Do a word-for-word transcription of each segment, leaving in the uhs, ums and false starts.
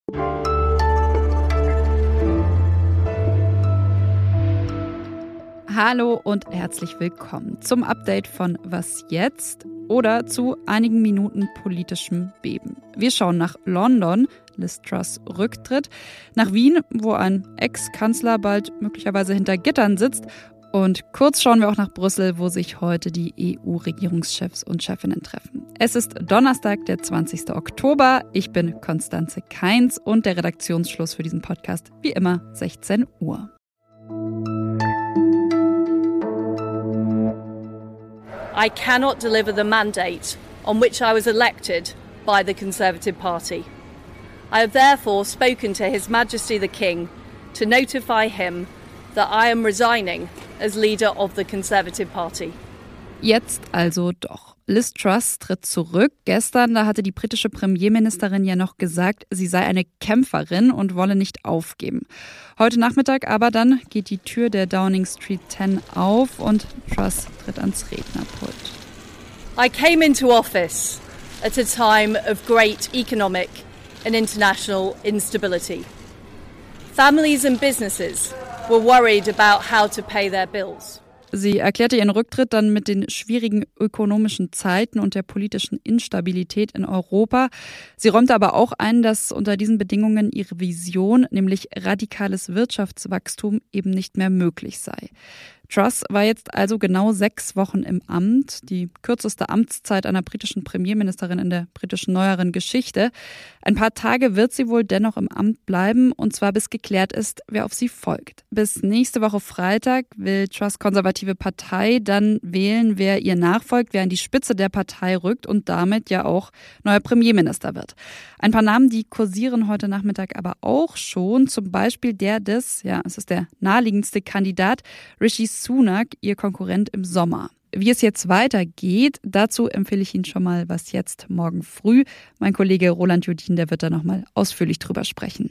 Hallo und herzlich willkommen zum Update von Was jetzt oder zu einigen Minuten politischem Beben. Wir schauen nach London, Liz Truss Rücktritt, nach Wien, wo ein Ex-Kanzler bald möglicherweise hinter Gittern sitzt, und kurz schauen wir auch nach Brüssel, wo sich heute die E U-Regierungschefs und Chefinnen treffen. Es ist Donnerstag, der zwanzigster Oktober. Ich bin Konstanze Keins und der Redaktionsschluss für diesen Podcast wie immer sechzehn Uhr. I cannot deliver the mandate on which I was elected by the Conservative Party. I have therefore spoken to His Majesty the King to notify him that I am resigning as leader of the Conservative Party. Jetzt also doch. Liz Truss tritt zurück. Gestern, da hatte die britische Premierministerin ja noch gesagt, sie sei eine Kämpferin und wolle nicht aufgeben. Heute Nachmittag aber dann geht die Tür der Downing Street zehn auf und Truss tritt ans Rednerpult. I came into office at a time of great economic and international instability. Families and businesses were worried about how to pay their bills. Sie erklärte ihren Rücktritt dann mit den schwierigen ökonomischen Zeiten und der politischen Instabilität in Europa. Sie räumte aber auch ein, dass unter diesen Bedingungen ihre Vision, nämlich radikales Wirtschaftswachstum, eben nicht mehr möglich sei. Truss war jetzt also genau sechs Wochen im Amt, die kürzeste Amtszeit einer britischen Premierministerin in der britischen neueren Geschichte. Ein paar Tage wird sie wohl dennoch im Amt bleiben, und zwar bis geklärt ist, wer auf sie folgt. Bis nächste Woche Freitag will Truss' konservative Partei dann wählen, wer ihr nachfolgt, wer an die Spitze der Partei rückt und damit ja auch neuer Premierminister wird. Ein paar Namen, die kursieren heute Nachmittag aber auch schon, zum Beispiel der des, ja, es ist der naheliegendste Kandidat, Rishi Sunak, ihr Konkurrent im Sommer. Wie es jetzt weitergeht, dazu empfehle ich Ihnen schon mal Was jetzt morgen früh. Mein Kollege Roland Judin, der wird da nochmal ausführlich drüber sprechen.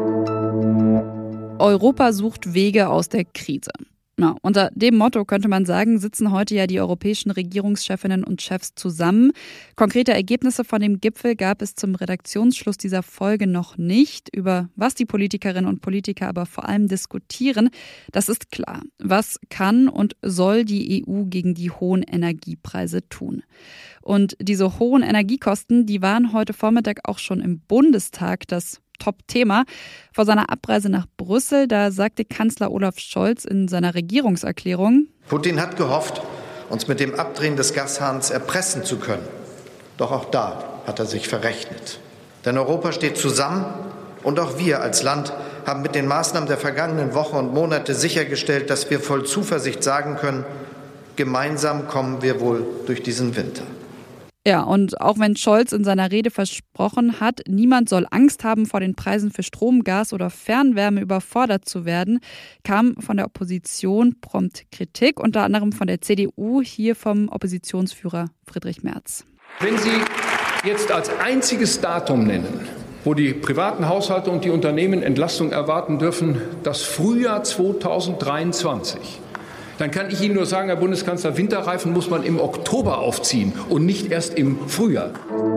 Europa sucht Wege aus der Krise. Ja, unter dem Motto könnte man sagen, sitzen heute ja die europäischen Regierungschefinnen und Chefs zusammen. Konkrete Ergebnisse von dem Gipfel gab es zum Redaktionsschluss dieser Folge noch nicht. Über was die Politikerinnen und Politiker aber vor allem diskutieren, das ist klar. Was kann und soll die E U gegen die hohen Energiepreise tun? Und diese hohen Energiekosten, die waren heute Vormittag auch schon im Bundestag das Top-Thema. Vor seiner Abreise nach Brüssel, da sagte Kanzler Olaf Scholz in seiner Regierungserklärung: Putin hat gehofft, uns mit dem Abdrehen des Gashahns erpressen zu können. Doch auch da hat er sich verrechnet. Denn Europa steht zusammen und auch wir als Land haben mit den Maßnahmen der vergangenen Wochen und Monate sichergestellt, dass wir voll Zuversicht sagen können, gemeinsam kommen wir wohl durch diesen Winter. Ja, und auch wenn Scholz in seiner Rede versprochen hat, niemand soll Angst haben, vor den Preisen für Strom, Gas oder Fernwärme überfordert zu werden, kam von der Opposition prompt Kritik, unter anderem von der C D U, hier vom Oppositionsführer Friedrich Merz. Wenn Sie jetzt als einziges Datum nennen, wo die privaten Haushalte und die Unternehmen Entlastung erwarten dürfen, das Frühjahr zweitausenddreiundzwanzig, dann kann ich Ihnen nur sagen, Herr Bundeskanzler, Winterreifen muss man im Oktober aufziehen und nicht erst im Frühjahr.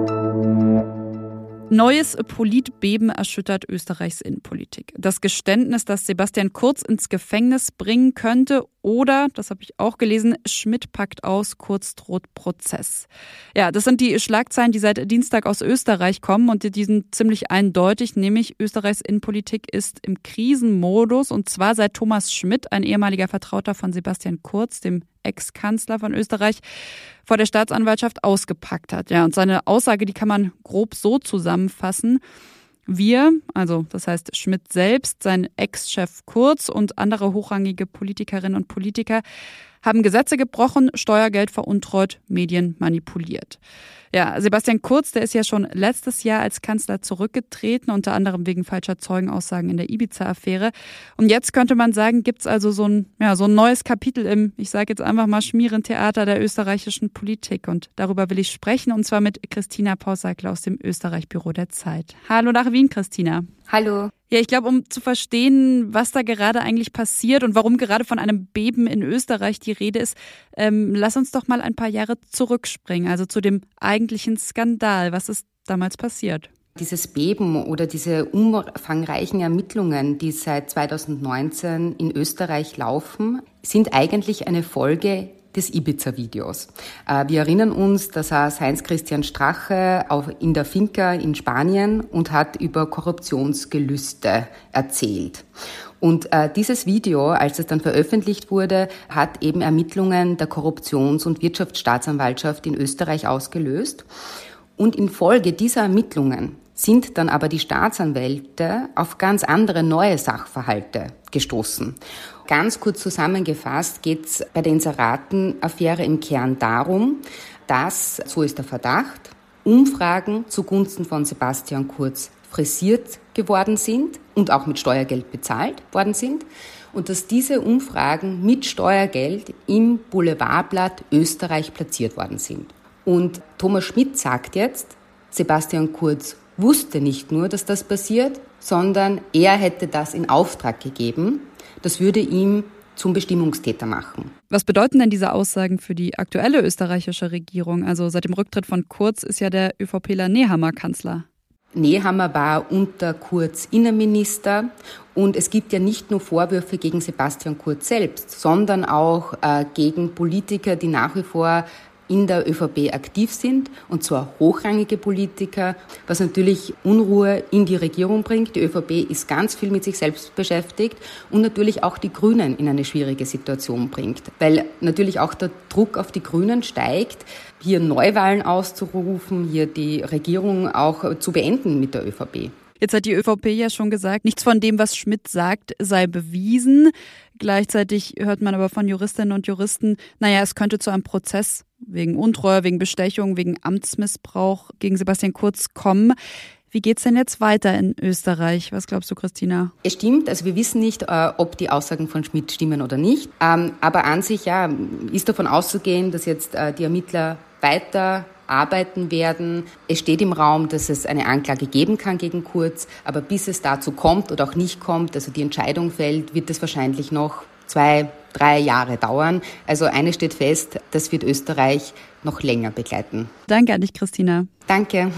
Neues Politbeben erschüttert Österreichs Innenpolitik. Das Geständnis, das Sebastian Kurz ins Gefängnis bringen könnte, oder, das habe ich auch gelesen, Schmidt packt aus, Kurz droht Prozess. Ja, das sind die Schlagzeilen, die seit Dienstag aus Österreich kommen, und die sind ziemlich eindeutig, nämlich Österreichs Innenpolitik ist im Krisenmodus, und zwar seit Thomas Schmidt, ein ehemaliger Vertrauter von Sebastian Kurz, dem Ex-Kanzler von Österreich, vor der Staatsanwaltschaft ausgepackt hat. Ja, und seine Aussage, die kann man grob so zusammenfassen: Wir, also das heißt Schmidt selbst, sein Ex-Chef Kurz und andere hochrangige Politikerinnen und Politiker haben Gesetze gebrochen, Steuergeld veruntreut, Medien manipuliert. Ja, Sebastian Kurz, der ist ja schon letztes Jahr als Kanzler zurückgetreten, unter anderem wegen falscher Zeugenaussagen in der Ibiza-Affäre. Und jetzt könnte man sagen, gibt's also so ein, ja, so ein neues Kapitel im, ich sage jetzt einfach mal, Schmierentheater der österreichischen Politik. Und darüber will ich sprechen, und zwar mit Christina Pausakler aus dem Österreich-Büro der Zeit. Hallo nach Wien, Christina. Hallo. Ja, ich glaube, um zu verstehen, was da gerade eigentlich passiert und warum gerade von einem Beben in Österreich die Rede ist, ähm, lass uns doch mal ein paar Jahre zurückspringen, also zu dem eigentlichen Skandal. Was ist damals passiert? Dieses Beben oder diese umfangreichen Ermittlungen, die seit zweitausendneunzehn in Österreich laufen, sind eigentlich eine Folge des Ibiza-Videos. Wir erinnern uns, da saß Heinz-Christian Strache in der Finca in Spanien und hat über Korruptionsgelüste erzählt. Und äh, dieses Video, als es dann veröffentlicht wurde, hat eben Ermittlungen der Korruptions- und Wirtschaftsstaatsanwaltschaft in Österreich ausgelöst. Und infolge dieser Ermittlungen sind dann aber die Staatsanwälte auf ganz andere neue Sachverhalte gestoßen. Ganz kurz zusammengefasst geht es bei der Inseraten-Affäre im Kern darum, dass, so ist der Verdacht, Umfragen zugunsten von Sebastian Kurz frisiert geworden sind und auch mit Steuergeld bezahlt worden sind und dass diese Umfragen mit Steuergeld im Boulevardblatt Österreich platziert worden sind. Und Thomas Schmidt sagt jetzt, Sebastian Kurz wusste nicht nur, dass das passiert, sondern er hätte das in Auftrag gegeben. Das würde ihm zum Bestimmungstäter machen. Was bedeuten denn diese Aussagen für die aktuelle österreichische Regierung? Also seit dem Rücktritt von Kurz ist ja der ÖVPler Nehammer Kanzler. Nehammer war unter Kurz Innenminister und es gibt ja nicht nur Vorwürfe gegen Sebastian Kurz selbst, sondern auch äh, gegen Politiker, die nach wie vor in der ÖVP aktiv sind, und zwar hochrangige Politiker, was natürlich Unruhe in die Regierung bringt. Die ÖVP ist ganz viel mit sich selbst beschäftigt und natürlich auch die Grünen in eine schwierige Situation bringt, weil natürlich auch der Druck auf die Grünen steigt, hier Neuwahlen auszurufen, hier die Regierung auch zu beenden mit der ÖVP. Jetzt hat die ÖVP ja schon gesagt, nichts von dem, was Schmidt sagt, sei bewiesen. Gleichzeitig hört man aber von Juristinnen und Juristen, naja, es könnte zu einem Prozess wegen Untreue, wegen Bestechung, wegen Amtsmissbrauch gegen Sebastian Kurz kommen. Wie geht's denn jetzt weiter in Österreich? Was glaubst du, Christina? Es stimmt, also wir wissen nicht, äh, ob die Aussagen von Schmidt stimmen oder nicht. Ähm, aber an sich, ja, ist davon auszugehen, dass jetzt äh, die Ermittler weiter arbeiten werden. Es steht im Raum, dass es eine Anklage geben kann gegen Kurz, aber bis es dazu kommt oder auch nicht kommt, also die Entscheidung fällt, wird es wahrscheinlich noch zwei, drei Jahre dauern. Also eines steht fest, das wird Österreich noch länger begleiten. Danke an dich, Christina. Danke.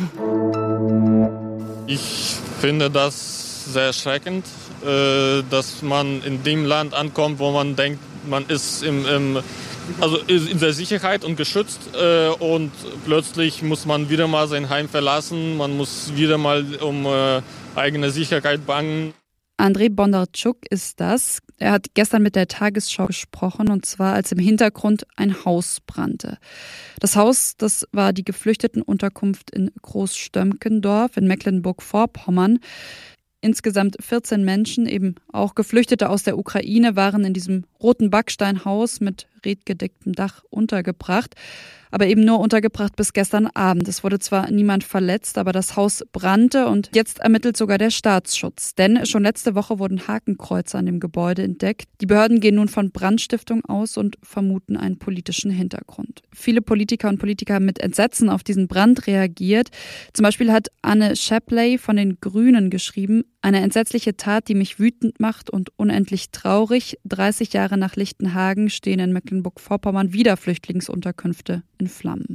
Ich finde das sehr erschreckend, dass man in dem Land ankommt, wo man denkt, man ist im, im also in der Sicherheit und geschützt äh, und plötzlich muss man wieder mal sein Heim verlassen, man muss wieder mal um äh, eigene Sicherheit bangen. Andrei Bondarchuk ist das. Er hat gestern mit der Tagesschau gesprochen, und zwar als im Hintergrund ein Haus brannte. Das Haus, das war die Geflüchtetenunterkunft in Großstömkendorf in Mecklenburg-Vorpommern. Insgesamt vierzehn Menschen, eben auch Geflüchtete aus der Ukraine, waren in diesem roten Backsteinhaus mit redgedecktem Dach untergebracht, aber eben nur untergebracht bis gestern Abend. Es wurde zwar niemand verletzt, aber das Haus brannte und jetzt ermittelt sogar der Staatsschutz. Denn schon letzte Woche wurden Hakenkreuze an dem Gebäude entdeckt. Die Behörden gehen nun von Brandstiftung aus und vermuten einen politischen Hintergrund. Viele Politiker und Politiker haben mit Entsetzen auf diesen Brand reagiert. Zum Beispiel hat Anne Shapley von den Grünen geschrieben, eine entsetzliche Tat, die mich wütend macht und unendlich traurig. dreißig Jahre nach Lichtenhagen stehen in Mecklenburg-Vorpommern wieder Flüchtlingsunterkünfte in Flammen.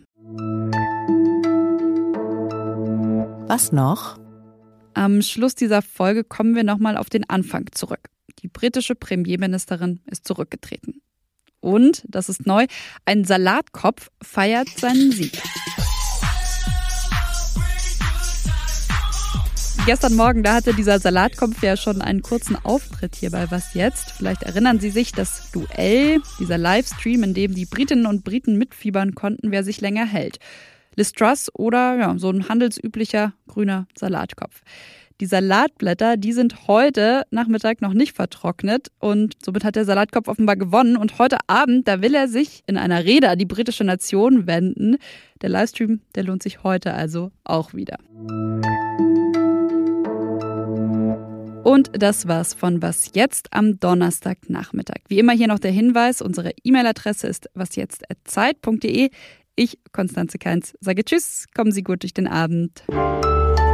Was noch? Am Schluss dieser Folge kommen wir nochmal auf den Anfang zurück. Die britische Premierministerin ist zurückgetreten. Und, das ist neu, ein Salatkopf feiert seinen Sieg. Gestern Morgen, da hatte dieser Salatkopf ja schon einen kurzen Auftritt hier bei Was Jetzt. Vielleicht erinnern Sie sich, das Duell, dieser Livestream, in dem die Britinnen und Briten mitfiebern konnten, wer sich länger hält. Liz Truss oder ja, so ein handelsüblicher grüner Salatkopf. Die Salatblätter, die sind heute Nachmittag noch nicht vertrocknet und somit hat der Salatkopf offenbar gewonnen. Und heute Abend, da will er sich in einer Rede an die britische Nation wenden. Der Livestream, der lohnt sich heute also auch wieder. Und das war's von Was Jetzt am Donnerstagnachmittag. Wie immer hier noch der Hinweis, unsere E-Mail-Adresse ist wasjetzt at zeit punkt de. Ich, Konstanze Keins, sage Tschüss, kommen Sie gut durch den Abend.